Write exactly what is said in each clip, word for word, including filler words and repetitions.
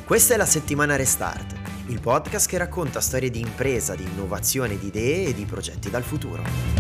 Questa è la settimana Restart, il podcast che racconta storie di impresa, di innovazione, di idee e di progetti dal futuro.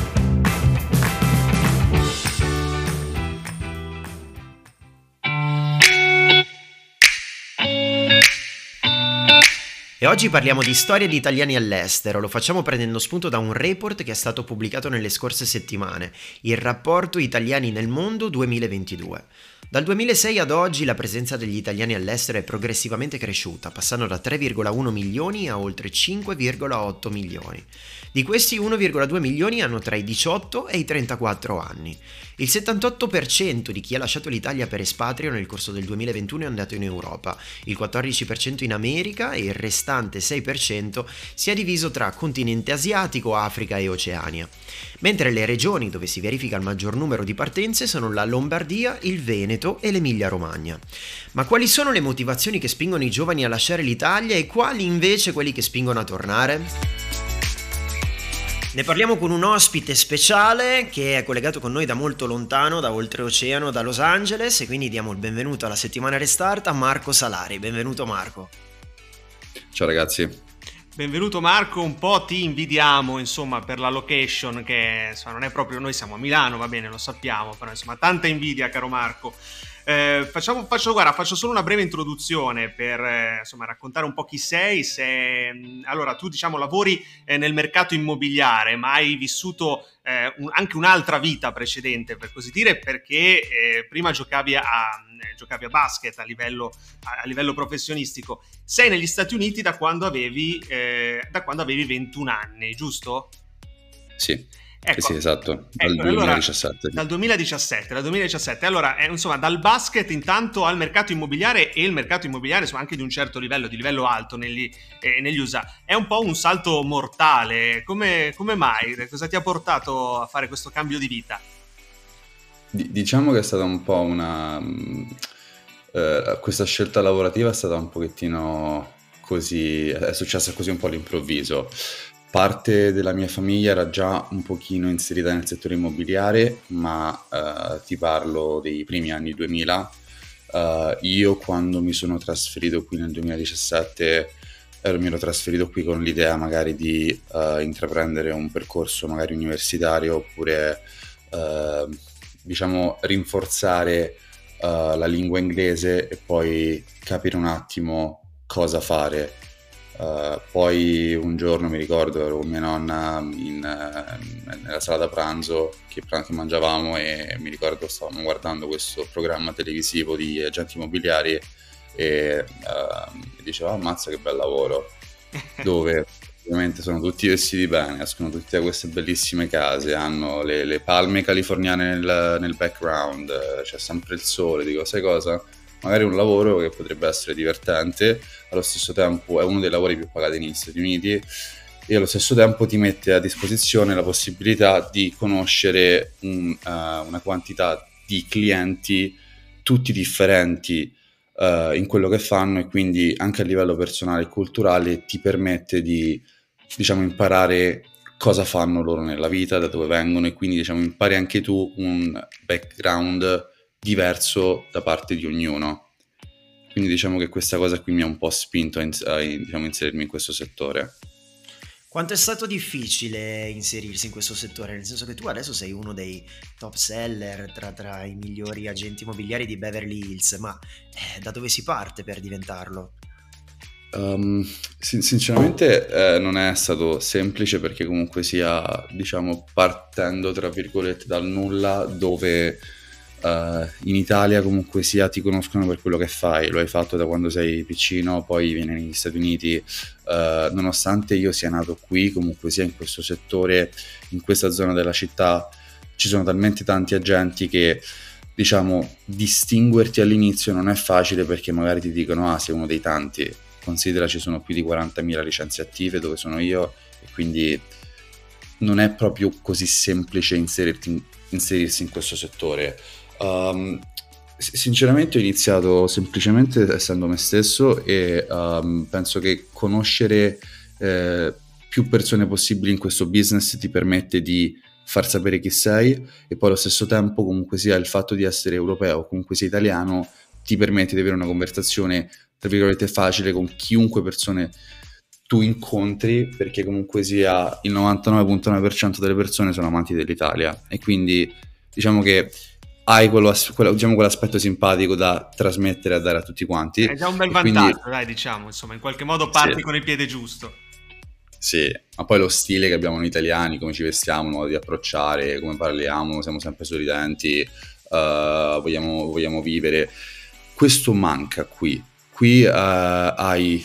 E oggi parliamo di storie di italiani all'estero, lo facciamo prendendo spunto da un report che è stato pubblicato nelle scorse settimane, il rapporto Italiani nel mondo duemilaventidue. Dal duemilasei ad oggi la presenza degli italiani all'estero è progressivamente cresciuta, passando da tre virgola uno milioni a oltre cinque virgola otto milioni. Di questi uno virgola due milioni hanno tra i diciotto e i trentaquattro anni. Il settantotto per cento di chi ha lasciato l'Italia per espatrio nel corso del duemilaventuno è andato in Europa, il quattordici per cento in America e il restante sei per cento si è diviso tra continente asiatico, Africa e Oceania. Mentre le regioni dove si verifica il maggior numero di partenze sono la Lombardia, il Veneto e l'Emilia-Romagna. Ma quali sono le motivazioni che spingono i giovani a lasciare l'Italia e quali invece quelli che spingono a tornare? Ne parliamo con un ospite speciale che è collegato con noi da molto lontano, da oltreoceano, da Los Angeles, e quindi diamo il benvenuto alla settimana Restart a Marco Salari. Benvenuto Marco. Ciao ragazzi. Benvenuto Marco, un po' ti invidiamo insomma per la location che insomma, non è proprio, noi siamo a Milano, va bene, lo sappiamo, però insomma tanta invidia caro Marco. Eh, facciamo, faccio, guarda, faccio solo una breve introduzione per eh, insomma, raccontare un po' chi sei. Se, allora, tu diciamo lavori eh, nel mercato immobiliare, ma hai vissuto eh, un, anche un'altra vita precedente, per così dire, perché eh, prima giocavi a, eh, giocavi a basket a livello, a, a livello professionistico. Sei negli Stati Uniti da quando avevi, eh, da quando avevi ventuno anni, giusto? Sì. Ecco, sì, sì, esatto, dal ecco, duemiladiciassette. Allora, dal duemiladiciassette, dal duemiladiciassette. Allora, eh, insomma, dal basket intanto al mercato immobiliare, e il mercato immobiliare insomma, anche di un certo livello, di livello alto negli, eh, negli U S A. È un po' un salto mortale. Come, come mai? Cosa ti ha portato a fare questo cambio di vita? D- diciamo che è stata un po' una... Eh, questa scelta lavorativa è stata un pochettino così... è successa così un po' all'improvviso. Parte della mia famiglia era già un pochino inserita nel settore immobiliare, ma eh, ti parlo dei primi anni duemila. Uh, io quando mi sono trasferito qui nel duemiladiciassette ero, mi ero trasferito qui con l'idea magari di uh, intraprendere un percorso magari universitario oppure uh, diciamo rinforzare uh, la lingua inglese e poi capire un attimo cosa fare. Uh, poi un giorno mi ricordo ero con mia nonna in, uh, nella sala da pranzo che, che mangiavamo e mi ricordo stavamo guardando questo programma televisivo di agenti immobiliari e uh, mi diceva ammazza che bel lavoro, dove ovviamente sono tutti vestiti bene, escono tutte queste bellissime case, hanno le, le palme californiane nel, nel background, c'è sempre il sole, dico sai cosa? Magari un lavoro che potrebbe essere divertente, allo stesso tempo è uno dei lavori più pagati negli Stati Uniti e allo stesso tempo ti mette a disposizione la possibilità di conoscere un, uh, una quantità di clienti tutti differenti uh, in quello che fanno e quindi anche a livello personale e culturale ti permette di diciamo imparare cosa fanno loro nella vita, da dove vengono e quindi diciamo impari anche tu un background diverso da parte di ognuno. Quindi diciamo che questa cosa qui mi ha un po' spinto a, ins- a diciamo, inserirmi in questo settore. Quanto è stato difficile inserirsi in questo settore? Nel senso che tu adesso sei uno dei top seller tra, tra i migliori agenti immobiliari di Beverly Hills, ma eh, da dove si parte per diventarlo? Um, sin- sinceramente eh, non è stato semplice perché comunque sia, diciamo, partendo tra virgolette dal nulla, dove Uh, in Italia comunque sia ti conoscono per quello che fai, lo hai fatto da quando sei piccino, poi vieni negli Stati Uniti, uh, nonostante io sia nato qui, comunque sia in questo settore, in questa zona della città, ci sono talmente tanti agenti che diciamo distinguerti all'inizio non è facile perché magari ti dicono ah sei uno dei tanti, considera ci sono più di quarantamila licenze attive dove sono io e quindi non è proprio così semplice inserirti, inserirsi in questo settore. Um, sinceramente ho iniziato semplicemente essendo me stesso e um, penso che conoscere eh, più persone possibili in questo business ti permette di far sapere chi sei e poi allo stesso tempo comunque sia il fatto di essere europeo o comunque sia italiano ti permette di avere una conversazione tra virgolette facile con chiunque persone tu incontri, perché comunque sia il novantanove virgola nove per cento delle persone sono amanti dell'Italia, e quindi diciamo che hai quello, quello, diciamo, quell'aspetto simpatico da trasmettere e a dare a tutti quanti. È già un bel e vantaggio, quindi, dai, diciamo, insomma, in qualche modo parti sì, con il piede giusto. Sì, ma poi lo stile che abbiamo noi italiani, come ci vestiamo, il modo di approcciare, come parliamo, siamo sempre sorridenti, uh, vogliamo, vogliamo vivere. Questo manca qui. Qui uh, hai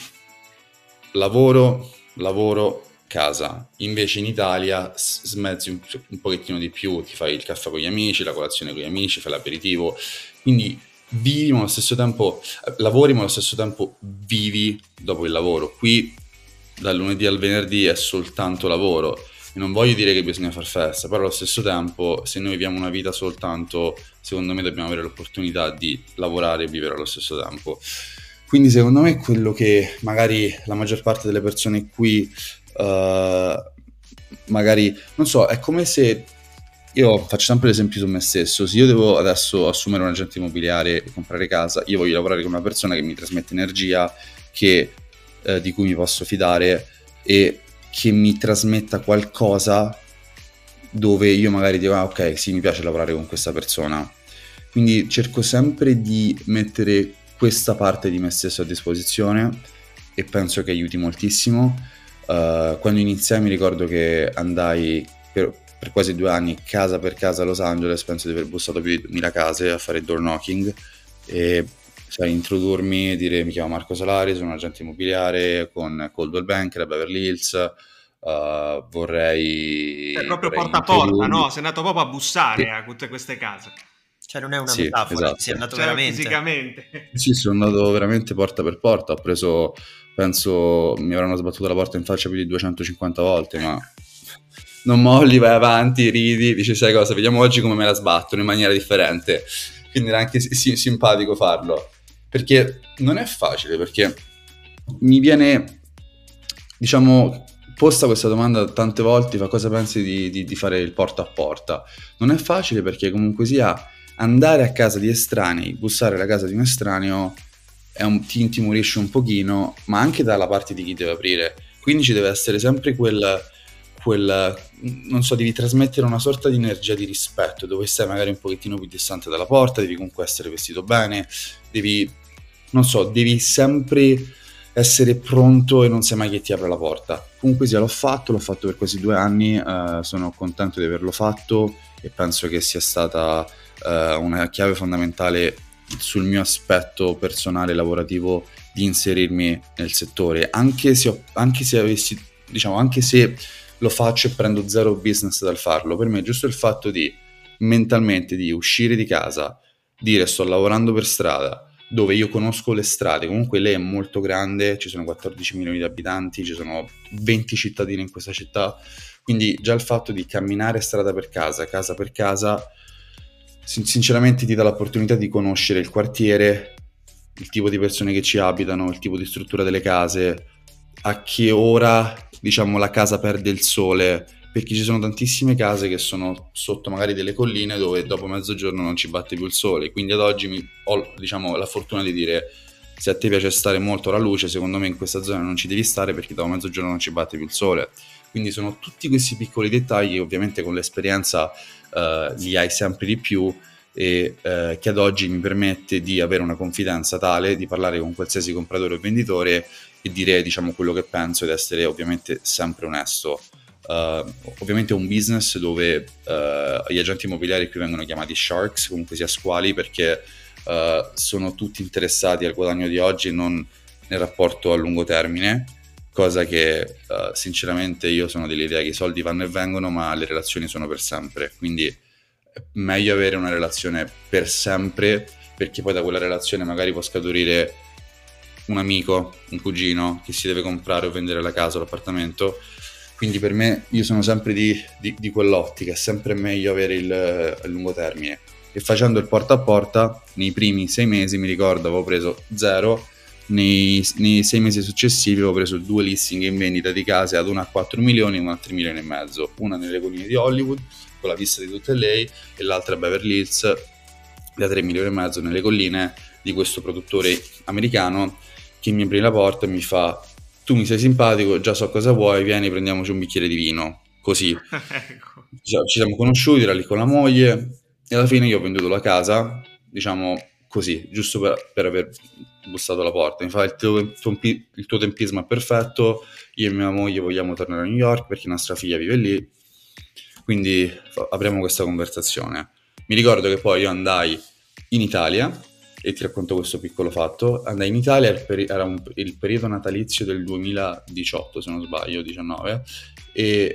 lavoro, lavoro, casa. Invece in Italia smezzi un, un pochettino di più, ti fai il caffè con gli amici, la colazione con gli amici, fai l'aperitivo. Quindi vivi ma allo stesso tempo, lavori ma allo stesso tempo vivi dopo il lavoro. Qui dal lunedì al venerdì è soltanto lavoro. E non voglio dire che bisogna far festa, però allo stesso tempo, se noi viviamo una vita soltanto, secondo me dobbiamo avere l'opportunità di lavorare e vivere allo stesso tempo. Quindi secondo me quello che magari la maggior parte delle persone qui uh, magari, non so, è come se, io faccio sempre l'esempio su me stesso, se io devo adesso assumere un agente immobiliare e comprare casa, io voglio lavorare con una persona che mi trasmette energia, che, eh, di cui mi posso fidare e che mi trasmetta qualcosa dove io magari dico, ah ok, sì, mi piace lavorare con questa persona. Quindi cerco sempre di mettere questa parte di me stesso a disposizione e penso che aiuti moltissimo. Uh, quando iniziai mi ricordo che andai per, per quasi due anni casa per casa a Los Angeles, penso di aver bussato più di duemila case a fare door knocking e cioè, introdurmi e dire mi chiamo Marco Solari, sono un agente immobiliare con Coldwell Banker a Beverly Hills, uh, vorrei... È proprio vorrei porta a porta, introdurmi. no? Sei andato proprio a bussare Sì. a tutte queste case. Cioè non è una Sì, metafora, esatto. sei andato Cioè, veramente. fisicamente. Sì, sono andato veramente porta per porta, ho preso, penso, mi avranno sbattuto la porta in faccia più di duecentocinquanta volte, ma non molli, vai avanti, ridi, dici sai cosa, vediamo oggi come me la sbattono in maniera differente. Quindi era anche sì, simpatico farlo, perché non è facile, perché mi viene, diciamo, posta questa domanda tante volte, fa cosa pensi di, di, di fare il porta a porta? Non è facile perché comunque sia andare a casa di estranei, bussare alla casa di un estraneo è un, ti intimorisce un pochino, ma anche dalla parte di chi deve aprire, quindi ci deve essere sempre quel, quel non so, devi trasmettere una sorta di energia di rispetto, dove stai magari un pochettino più distante dalla porta, devi comunque essere vestito bene, devi, non so, devi sempre essere pronto e non sai mai che ti apre la porta. Comunque sia, l'ho fatto, l'ho fatto per quasi due anni, eh, sono contento di averlo fatto e penso che sia stata Uh, una chiave fondamentale sul mio aspetto personale lavorativo di inserirmi nel settore, anche se, ho, anche se avessi, diciamo, anche se lo faccio e prendo zero business dal farlo. Per me è giusto il fatto di mentalmente di uscire di casa, dire sto lavorando per strada, dove io conosco le strade, comunque lei è molto grande, ci sono quattordici milioni di abitanti, ci sono venti cittadini in questa città, quindi già il fatto di camminare strada per casa, casa per casa, sinceramente ti dà l'opportunità di conoscere il quartiere, il tipo di persone che ci abitano, il tipo di struttura delle case, a che ora, diciamo, la casa perde il sole, perché ci sono tantissime case che sono sotto magari delle colline dove dopo mezzogiorno non ci batte più il sole, quindi ad oggi mi, ho, diciamo, la fortuna di dire se a te piace stare molto alla luce, secondo me in questa zona non ci devi stare perché dopo mezzogiorno non ci batte più il sole. Quindi sono tutti questi piccoli dettagli che ovviamente con l'esperienza uh, li hai sempre di più e uh, che ad oggi mi permette di avere una confidenza tale di parlare con qualsiasi compratore o venditore e dire, diciamo, quello che penso ed essere ovviamente sempre onesto. Uh, ovviamente è un business dove uh, gli agenti immobiliari qui vengono chiamati sharks, comunque sia squali, perché uh, sono tutti interessati al guadagno di oggi e non nel rapporto a lungo termine, cosa che uh, sinceramente io sono dell'idea che i soldi vanno e vengono ma le relazioni sono per sempre, quindi è meglio avere una relazione per sempre, perché poi da quella relazione magari può scaturire un amico, un cugino che si deve comprare o vendere la casa o l'appartamento. Quindi per me, io sono sempre di, di, di quell'ottica, è sempre meglio avere il, il lungo termine. E facendo il porta a porta, nei primi sei mesi mi ricordo avevo preso zero, nei, nei sei mesi successivi avevo preso due listing in vendita di case, ad una a quattro milioni e una a tre milioni e mezzo, una nelle colline di Hollywood con la vista di tutte lei e l'altra a Beverly Hills da tre milioni e mezzo nelle colline di questo produttore americano che mi aprì la porta e mi fa: tu mi sei simpatico, già so cosa vuoi, vieni, prendiamoci un bicchiere di vino. Così Ecco. ci ci siamo conosciuti, era lì con la moglie, e alla fine io ho venduto la casa, diciamo così, giusto per, per aver bussato alla porta. Mi fa: il tuo, il tuo tempi- il tuo tempismo è perfetto, io e mia moglie vogliamo tornare a New York perché nostra figlia vive lì, quindi fa- apriamo questa conversazione. Mi ricordo che poi io andai in Italia, e ti racconto questo piccolo fatto. Andai in Italia, il peri- era un- il periodo natalizio del duemiladiciotto, se non sbaglio, diciannove, e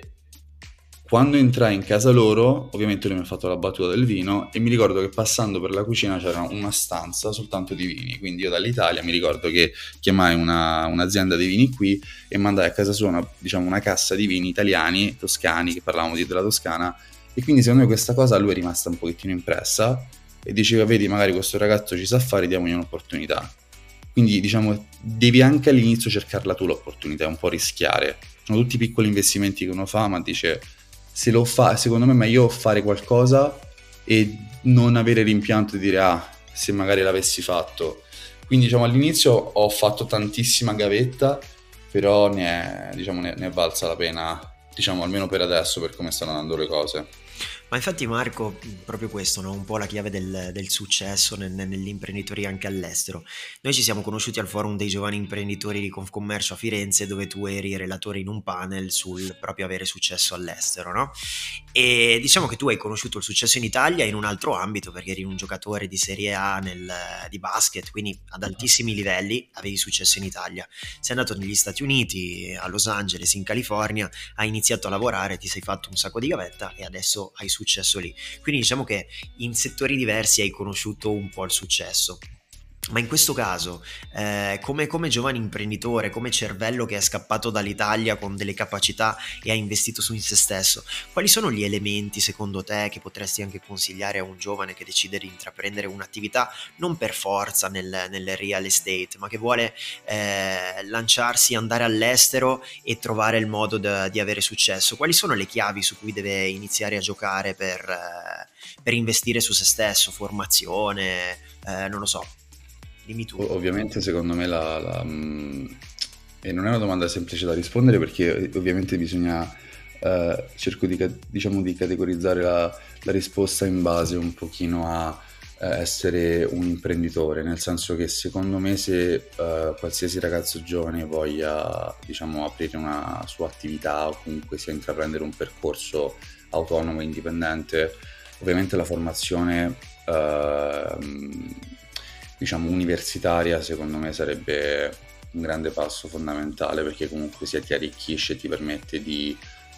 quando entrai in casa loro, ovviamente lui mi ha fatto la battuta del vino, e mi ricordo che passando per la cucina c'era una stanza soltanto di vini, quindi io dall'Italia mi ricordo che chiamai una, un'azienda di vini qui e mandai a casa sua una, diciamo, una cassa di vini italiani, toscani, che parlavamo di, della Toscana, e quindi secondo me questa cosa a lui è rimasta un pochettino impressa, e diceva: vedi, magari questo ragazzo ci sa fare, diamogli un'opportunità. Quindi diciamo devi anche all'inizio cercarla tu l'opportunità, un po' rischiare. Sono tutti piccoli investimenti che uno fa, ma dice: se lo fa, secondo me è meglio fare qualcosa e non avere rimpianto di dire: ah, se magari l'avessi fatto. Quindi diciamo all'inizio ho fatto tantissima gavetta, però ne è, diciamo, ne, ne è valsa la pena, diciamo almeno per adesso, per come stanno andando le cose. Ma infatti Marco, proprio questo, no? Un po' la chiave del, del successo nel- nell'imprenditoria anche all'estero. Noi ci siamo conosciuti al Forum dei Giovani Imprenditori di Confcommercio a Firenze, dove tu eri relatore in un panel sul proprio avere successo all'estero, no? E diciamo che tu hai conosciuto il successo in Italia in un altro ambito, perché eri un giocatore di Serie A nel, di basket, quindi ad altissimi livelli avevi successo in Italia. Sei andato negli Stati Uniti, a Los Angeles, in California, hai iniziato a lavorare, ti sei fatto un sacco di gavetta e adesso hai successo lì. Quindi diciamo che in settori diversi hai conosciuto un po' il successo. Ma in questo caso, eh, come, come giovane imprenditore, come cervello che è scappato dall'Italia con delle capacità e ha investito su in se stesso, quali sono gli elementi secondo te che potresti anche consigliare a un giovane che decide di intraprendere un'attività non per forza nel, nel real estate, ma che vuole eh, lanciarsi, andare all'estero e trovare il modo de- di avere successo? Quali sono le chiavi su cui deve iniziare a giocare per, eh, per investire su se stesso, formazione, eh, non lo so. Dimmi tu. O- ovviamente secondo me la, la, mh, e non è una domanda semplice da rispondere, perché ovviamente bisogna eh, cerco di, ca- diciamo, di categorizzare la, la risposta in base un pochino a eh, essere un imprenditore, nel senso che secondo me se eh, qualsiasi ragazzo giovane voglia, diciamo, aprire una sua attività o comunque sia intraprendere un percorso autonomo e indipendente, ovviamente la formazione ehm, diciamo universitaria secondo me sarebbe un grande passo fondamentale, perché comunque sia ti arricchisce, ti permette di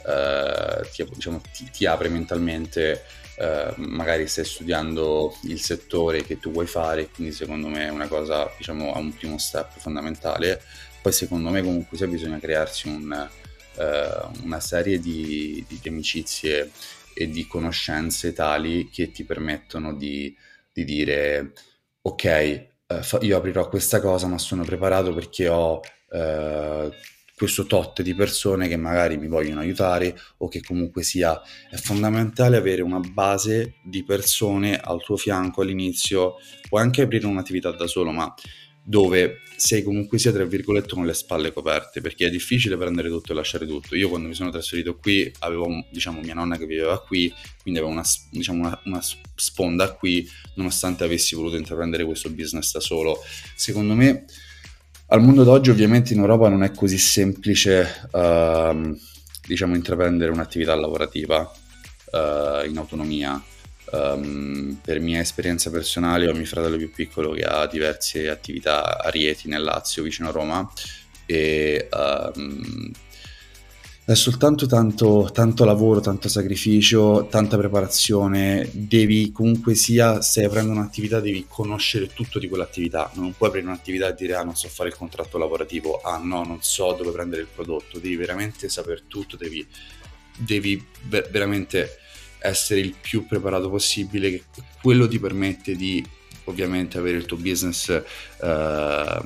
eh, ti, diciamo, ti, ti apre mentalmente, eh, magari stai studiando il settore che tu vuoi fare, quindi secondo me è una cosa, diciamo, a un primo step fondamentale. Poi secondo me comunque sia bisogna crearsi un, eh, una serie di, di, di amicizie e di conoscenze tali che ti permettono di, di dire: ok, eh, fa- io aprirò questa cosa, ma sono preparato perché ho eh, questo tot di persone che magari mi vogliono aiutare, o che comunque sia, è fondamentale avere una base di persone al tuo fianco all'inizio. Puoi anche aprire un'attività da solo, ma dove sei comunque sia, tra virgolette, con le spalle coperte, perché è difficile prendere tutto e lasciare tutto. Io quando mi sono trasferito qui avevo, diciamo, mia nonna che viveva qui, quindi avevo una, diciamo, una, una sponda qui, nonostante avessi voluto intraprendere questo business da solo. Secondo me al mondo d'oggi ovviamente in Europa non è così semplice, ehm, diciamo, intraprendere un'attività lavorativa eh, in autonomia. Um, per mia esperienza personale ho mio fratello più piccolo che ha diverse attività a Rieti nel Lazio, vicino a Roma, e um, è soltanto tanto, tanto lavoro, tanto sacrificio, tanta preparazione. Devi comunque sia, stai aprendo un'attività, devi conoscere tutto di quell'attività. Non puoi aprire un'attività e dire: ah, non so fare il contratto lavorativo, ah no, non so dove prendere il prodotto. Devi veramente saper tutto, devi, devi ver- veramente essere il più preparato possibile, che quello ti permette di ovviamente avere il tuo business eh,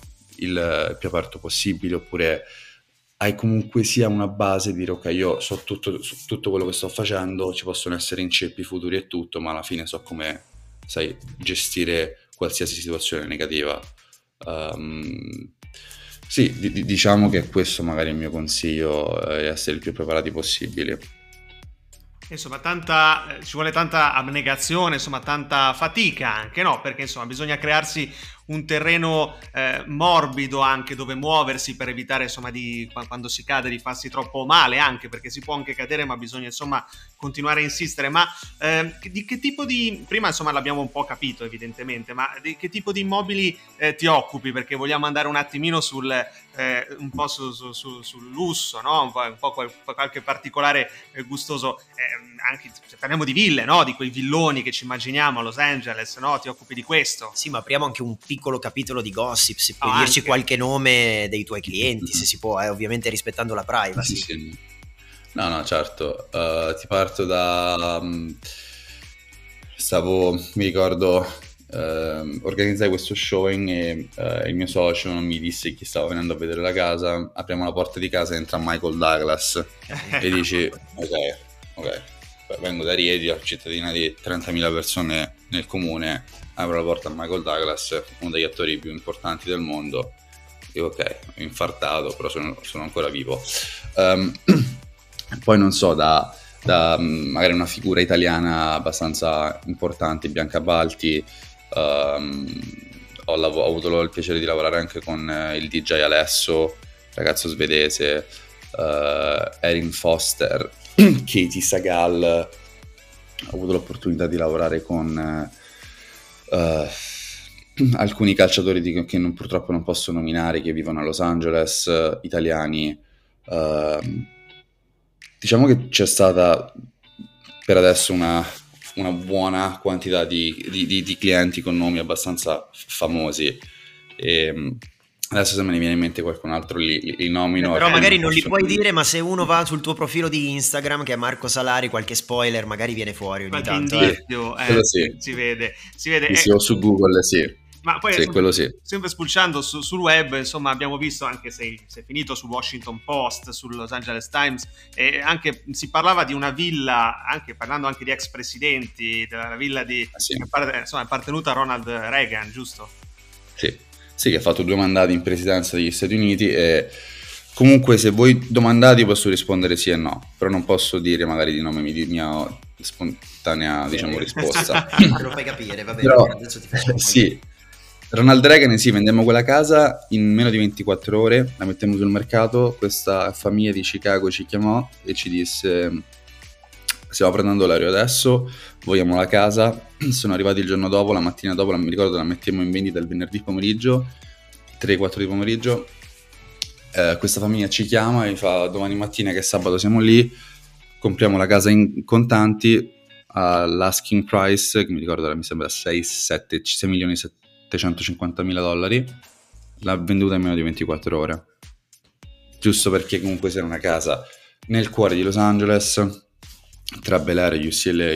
il più aperto possibile, oppure hai comunque sia una base di dire: ok, io so tutto, so tutto quello che sto facendo, ci possono essere inceppi futuri e tutto, ma alla fine so come, sai, gestire qualsiasi situazione negativa. Um, sì, d- diciamo che questo magari è il mio consiglio, è essere il più preparati possibili. Insomma, tanta, ci vuole tanta abnegazione, insomma, tanta fatica anche, no? Perché insomma bisogna crearsi un terreno eh, morbido anche dove muoversi per evitare insomma di quando si cade di farsi troppo male, anche perché si può anche cadere, ma bisogna insomma continuare a insistere. Ma eh, di che tipo di, prima insomma l'abbiamo un po' capito evidentemente, ma di che tipo di immobili eh, ti occupi? Perché vogliamo andare un attimino sul eh, un po' su, su, su, sul lusso, no? Un po', un po' qual, qualche particolare eh, gustoso, eh, anche se parliamo di ville, no? Di quei villoni che ci immaginiamo a Los Angeles, no? Ti occupi di questo? Sì, ma apriamo anche un piccolo capitolo di gossip, se puoi oh, dirci anche. qualche nome dei tuoi clienti, mm-hmm. se si può, eh, ovviamente rispettando la privacy. Sì, sì. No, no, certo. Uh, ti parto da... Um, stavo, mi ricordo, uh, organizzai questo showing e uh, il mio socio mi disse chi stava venendo a vedere la casa, apriamo la porta di casa e entra Michael Douglas e dici, ok, ok, vengo da Rieti, cittadina di trentamila persone nel comune, apro la porta a Michael Douglas, uno degli attori più importanti del mondo, dico ok, ho infartato, però sono, sono ancora vivo. Um, poi non so, da, da magari una figura italiana abbastanza importante, Bianca Balti, um, ho, lav- ho avuto il piacere di lavorare anche con il D J Alesso, ragazzo svedese, uh, Erin Foster, Katie Sagal, ho avuto l'opportunità di lavorare con uh, alcuni calciatori di, che non, purtroppo non posso nominare, che vivono a Los Angeles, uh, italiani. Uh, diciamo che c'è stata per adesso una, una buona quantità di, di, di, di clienti con nomi abbastanza famosi e adesso se me ne viene in mente qualcun altro li, li, li nomino. Eh, però magari non li puoi dire, ma se uno va sul tuo profilo di Instagram, che è Marco Salari, qualche spoiler magari viene fuori ogni qualche tanto. Indizio, eh. eh, sì. si vede, si vede. Sì, sì, o su Google, sì. Ma poi sì, quello sì. sempre spulciando su, sul web, insomma, abbiamo visto, anche se è finito sul Washington Post, sul Los Angeles Times, e anche si parlava di una villa, anche parlando anche di ex presidenti, della villa di ah, sì. che insomma, è appartenuta a Ronald Reagan, giusto? Sì. Sì, che ha fatto due mandati in presidenza degli Stati Uniti e comunque se voi domandate posso rispondere sì e no, però non posso dire magari di nome di mia spontanea, diciamo, risposta. Lo fai capire, va bene, però, adesso ti faccio un po' sì. Ronald Reagan, sì, vendemmo quella casa in meno di ventiquattro ore, la mettemmo sul mercato, questa famiglia di Chicago ci chiamò e ci disse stiamo prendendo l'aereo adesso, vogliamo la casa, sono arrivati il giorno dopo, la mattina dopo, mi ricordo la mettemmo in vendita il venerdì pomeriggio, tre quattro di pomeriggio, eh, questa famiglia ci chiama e mi fa domani mattina che è sabato siamo lì, compriamo la casa in contanti all'asking price, che mi ricordo mi sembra sei milioni settecentocinquantamila dollari, l'ha venduta in meno di ventiquattro ore, giusto perché comunque era una casa nel cuore di Los Angeles, tra Bel Air e U C L A,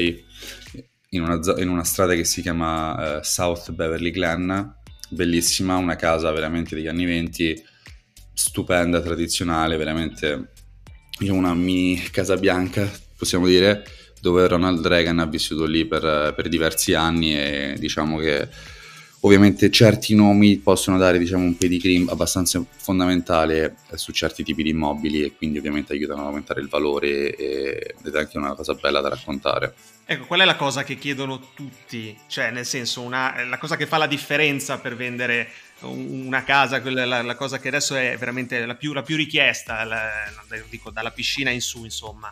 in una, in una strada che si chiama uh, South Beverly Glen, bellissima, una casa veramente degli anni venti, stupenda, tradizionale, veramente diciamo una mini Casa Bianca, possiamo dire, dove Ronald Reagan ha vissuto lì per, per diversi anni e diciamo che ovviamente certi nomi possono dare diciamo un pedigree abbastanza fondamentale su certi tipi di immobili e quindi ovviamente aiutano ad aumentare il valore e, ed è anche una cosa bella da raccontare. Ecco, qual è la cosa che chiedono tutti? Cioè, nel senso, una, la cosa che fa la differenza per vendere una casa, la, la cosa che adesso è veramente la più, la più richiesta, la, dico, dalla piscina in su, insomma.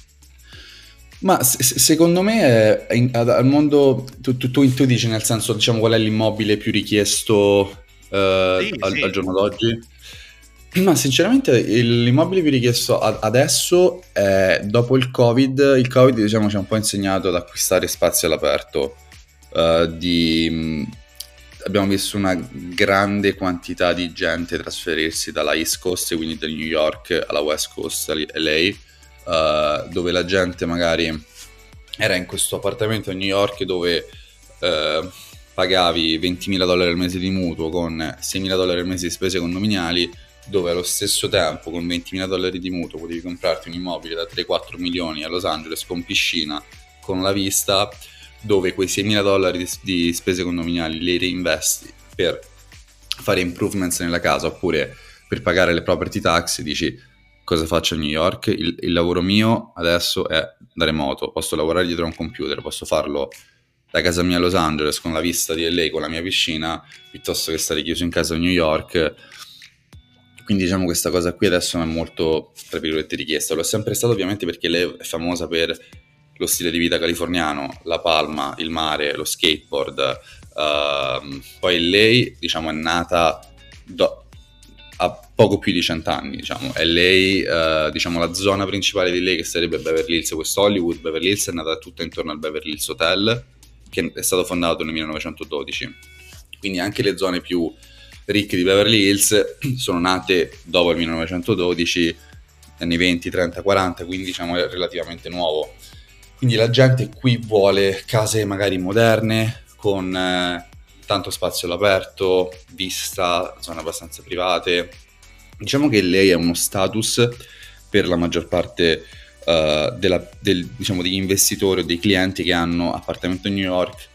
Ma se, secondo me è in, al mondo tu, tu, tu, tu dici nel senso diciamo qual è l'immobile più richiesto eh, sì, al, sì. al giorno d'oggi? Ma sinceramente l'immobile più richiesto adesso è dopo il Covid. Il Covid diciamo ci ha un po' insegnato ad acquistare spazi all'aperto. Uh, di, abbiamo visto una grande quantità di gente trasferirsi dalla East Coast, quindi da New York, alla West Coast, L A, uh, dove la gente magari era in questo appartamento a New York dove uh, pagavi ventimila dollari al mese di mutuo con seimila dollari al mese di spese condominiali, dove allo stesso tempo con ventimila dollari di mutuo potevi comprarti un immobile da tre quattro milioni a Los Angeles con piscina, con la vista, dove quei seimila dollari di, di spese condominiali li reinvesti per fare improvements nella casa, oppure per pagare le property tax dici cosa faccio a New York, il, il lavoro mio adesso è da remoto, posso lavorare dietro a un computer, posso farlo da casa mia a Los Angeles con la vista di L A, con la mia piscina, piuttosto che stare chiuso in casa a New York. Quindi diciamo questa cosa qui adesso è molto, tra virgolette, richiesta. Lo è sempre stato ovviamente perché lei è famosa per lo stile di vita californiano, la palma, il mare, lo skateboard. Uh, poi lei, diciamo, è nata do- a poco più di cent'anni, diciamo. È lei, uh, diciamo, la zona principale di lei, che sarebbe Beverly Hills, questo Hollywood. Beverly Hills è nata tutta intorno al Beverly Hills Hotel, che è stato fondato nel millenovecentododici. Quindi anche le zone più ricche di Beverly Hills sono nate dopo il millenovecentododici, anni venti, trenta, quaranta, quindi diciamo è relativamente nuovo. Quindi la gente qui vuole case magari moderne, con eh, tanto spazio all'aperto, vista, zone abbastanza private. Diciamo che lei è uno status per la maggior parte uh, della, del, diciamo, degli investitori o dei clienti che hanno appartamento a New York,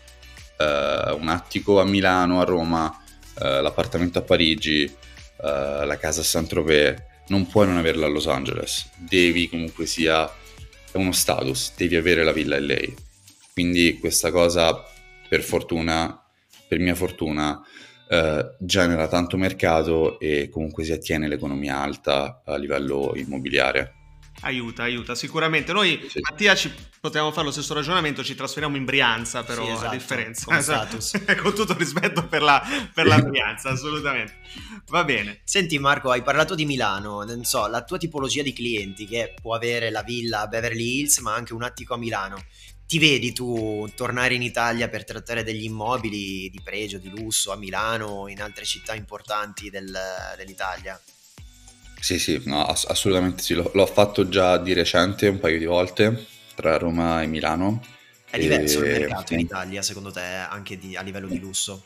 uh, un attico a Milano, a Roma, Uh, l'appartamento a Parigi, uh, la casa a Saint-Tropez. Non puoi non averla a Los Angeles, devi comunque sia, è uno status, devi avere la villa L A. Quindi questa cosa, per fortuna, per mia fortuna, uh, genera tanto mercato e comunque si attiene l'economia alta a livello immobiliare. Aiuta, aiuta, sicuramente. Noi, sì. Mattia, ci potevamo fare lo stesso ragionamento, ci trasferiamo in Brianza, però sì, esatto, a differenza. Con, status. Con tutto il rispetto per la, per la Brianza, assolutamente. Va bene. Senti Marco, hai parlato di Milano, non so, la tua tipologia di clienti che può avere la villa a Beverly Hills, ma anche un attico a Milano. Ti vedi tu tornare in Italia per trattare degli immobili di pregio, di lusso a Milano o in altre città importanti del, dell'Italia? Sì, sì, no, ass- assolutamente sì, l'ho, l'ho fatto già di recente un paio di volte tra Roma e Milano. È diverso e... il mercato in Italia, secondo te, anche di, a livello di lusso?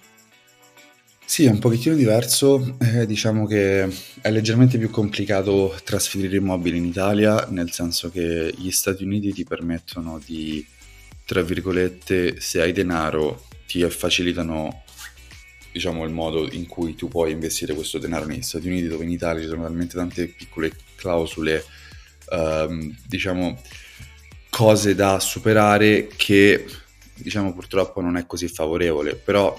Sì, è un pochettino diverso, eh, diciamo che è leggermente più complicato trasferire immobili in Italia, nel senso che gli Stati Uniti ti permettono di, tra virgolette, se hai denaro, ti facilitano, diciamo, il modo in cui tu puoi investire questo denaro negli Stati Uniti, dove in Italia ci sono talmente tante piccole clausole, um, diciamo, cose da superare che, diciamo, purtroppo non è così favorevole. Però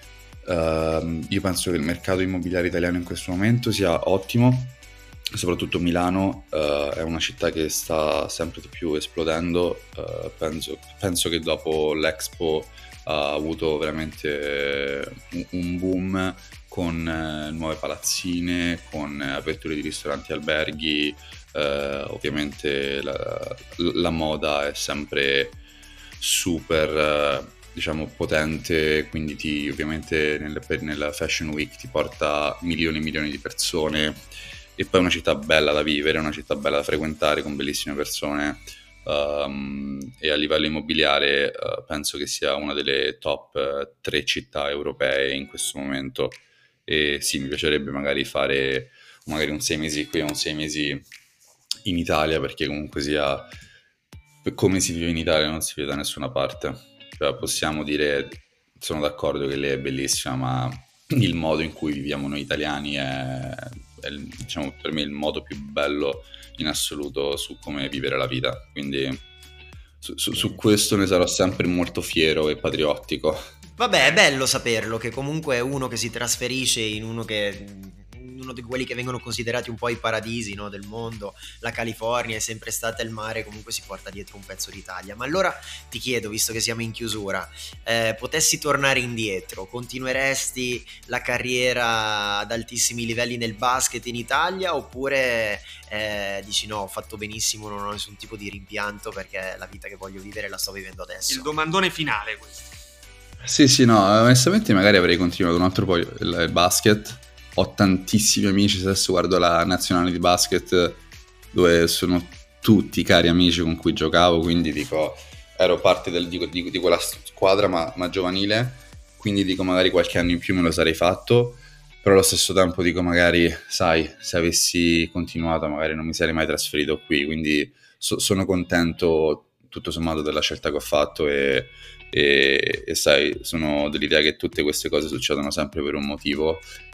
um, io penso che il mercato immobiliare italiano in questo momento sia ottimo, soprattutto Milano uh, è una città che sta sempre di più esplodendo. Uh, penso, penso che dopo l'Expo ha avuto veramente un boom con eh, nuove palazzine, con aperture di ristoranti e alberghi. Eh, ovviamente la, la moda è sempre super, eh, diciamo, potente, quindi ti, ovviamente nel, per, nella Fashion Week ti porta milioni e milioni di persone, e poi è una città bella da vivere, una città bella da frequentare con bellissime persone. Um, e a livello immobiliare uh, penso che sia una delle top uh, tre città europee in questo momento. E sì, mi piacerebbe magari fare magari un sei mesi qui e un sei mesi in Italia, perché comunque sia, come si vive in Italia non si vive da nessuna parte. Cioè, possiamo dire, sono d'accordo che lei è bellissima, ma il modo in cui viviamo noi italiani è, è, diciamo, per me il modo più bello in assoluto su come vivere la vita. Quindi su, su, su questo ne sarò sempre molto fiero e patriottico. Vabbè, è bello saperlo, che comunque uno che si trasferisce in uno che uno di quelli che vengono considerati un po' i paradisi, no, del mondo, la California è sempre stata il mare, comunque si porta dietro un pezzo d'Italia. Ma allora ti chiedo, visto che siamo in chiusura, eh, potessi tornare indietro, continueresti la carriera ad altissimi livelli nel basket in Italia, oppure eh, dici no, ho fatto benissimo, non ho nessun tipo di rimpianto perché la vita che voglio vivere la sto vivendo adesso? Il domandone finale questo. Sì, sì, no, onestamente magari avrei continuato un altro po' il, il basket. Ho tantissimi amici, adesso guardo la nazionale di basket dove sono tutti cari amici con cui giocavo, quindi dico, ero parte del, di, di, di quella squadra ma, ma giovanile, quindi dico magari qualche anno in più me lo sarei fatto, però allo stesso tempo dico magari, sai, se avessi continuato magari non mi sarei mai trasferito qui, quindi so, sono contento tutto sommato della scelta che ho fatto e, e, e sai, sono dell'idea che tutte queste cose succedono sempre per un motivo.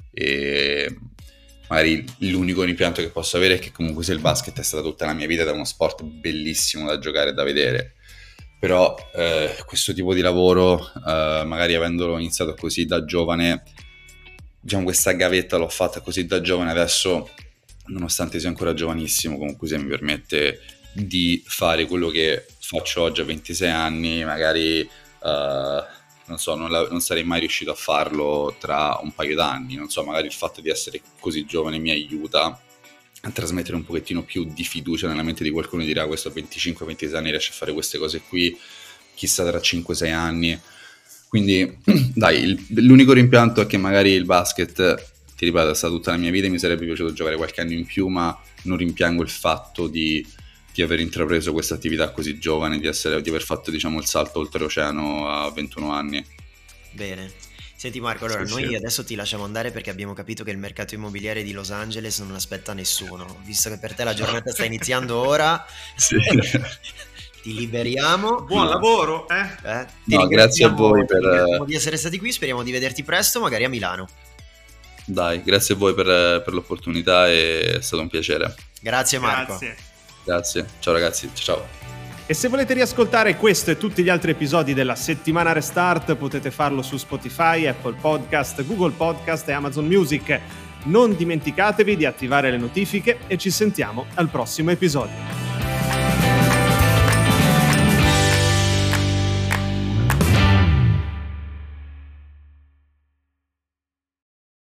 e magari l'unico rimpianto che posso avere è che comunque se il basket è stato tutta la mia vita ed è uno sport bellissimo da giocare e da vedere, però eh, questo tipo di lavoro, eh, magari avendolo iniziato così da giovane, diciamo questa gavetta l'ho fatta così da giovane, adesso nonostante sia ancora giovanissimo comunque se mi permette di fare quello che faccio oggi a ventisei anni, magari uh, non so, non, la, non sarei mai riuscito a farlo tra un paio d'anni, non so, magari il fatto di essere così giovane mi aiuta a trasmettere un pochettino più di fiducia nella mente di qualcuno e dirà: questo a venticinque ventisei anni riesce a fare queste cose qui, chissà tra cinque sei anni. Quindi dai, il, l'unico rimpianto è che magari il basket, ti ripeto, è stata tutta la mia vita e mi sarebbe piaciuto giocare qualche anno in più, ma non rimpiango il fatto di, di aver intrapreso questa attività così giovane, di, essere, di aver fatto, diciamo, il salto oltreoceano a ventuno anni. Bene. Senti Marco, allora Sì, noi sì. adesso ti lasciamo andare perché abbiamo capito che il mercato immobiliare di Los Angeles non aspetta nessuno, visto che per te la giornata sta iniziando ora. Sì. Ti liberiamo. Buon lavoro, eh? Eh, ti No, grazie a ringraziamo- voi ti per- ringraziamo di essere stati qui, speriamo di vederti presto, magari a Milano. Dai, grazie a voi per, per l'opportunità, è stato un piacere. Grazie Marco. Grazie. Grazie, ciao ragazzi, ciao. E se volete riascoltare questo e tutti gli altri episodi della settimana Restart potete farlo su Spotify, Apple Podcast, Google Podcast e Amazon Music. Non dimenticatevi di attivare le notifiche e ci sentiamo al prossimo episodio.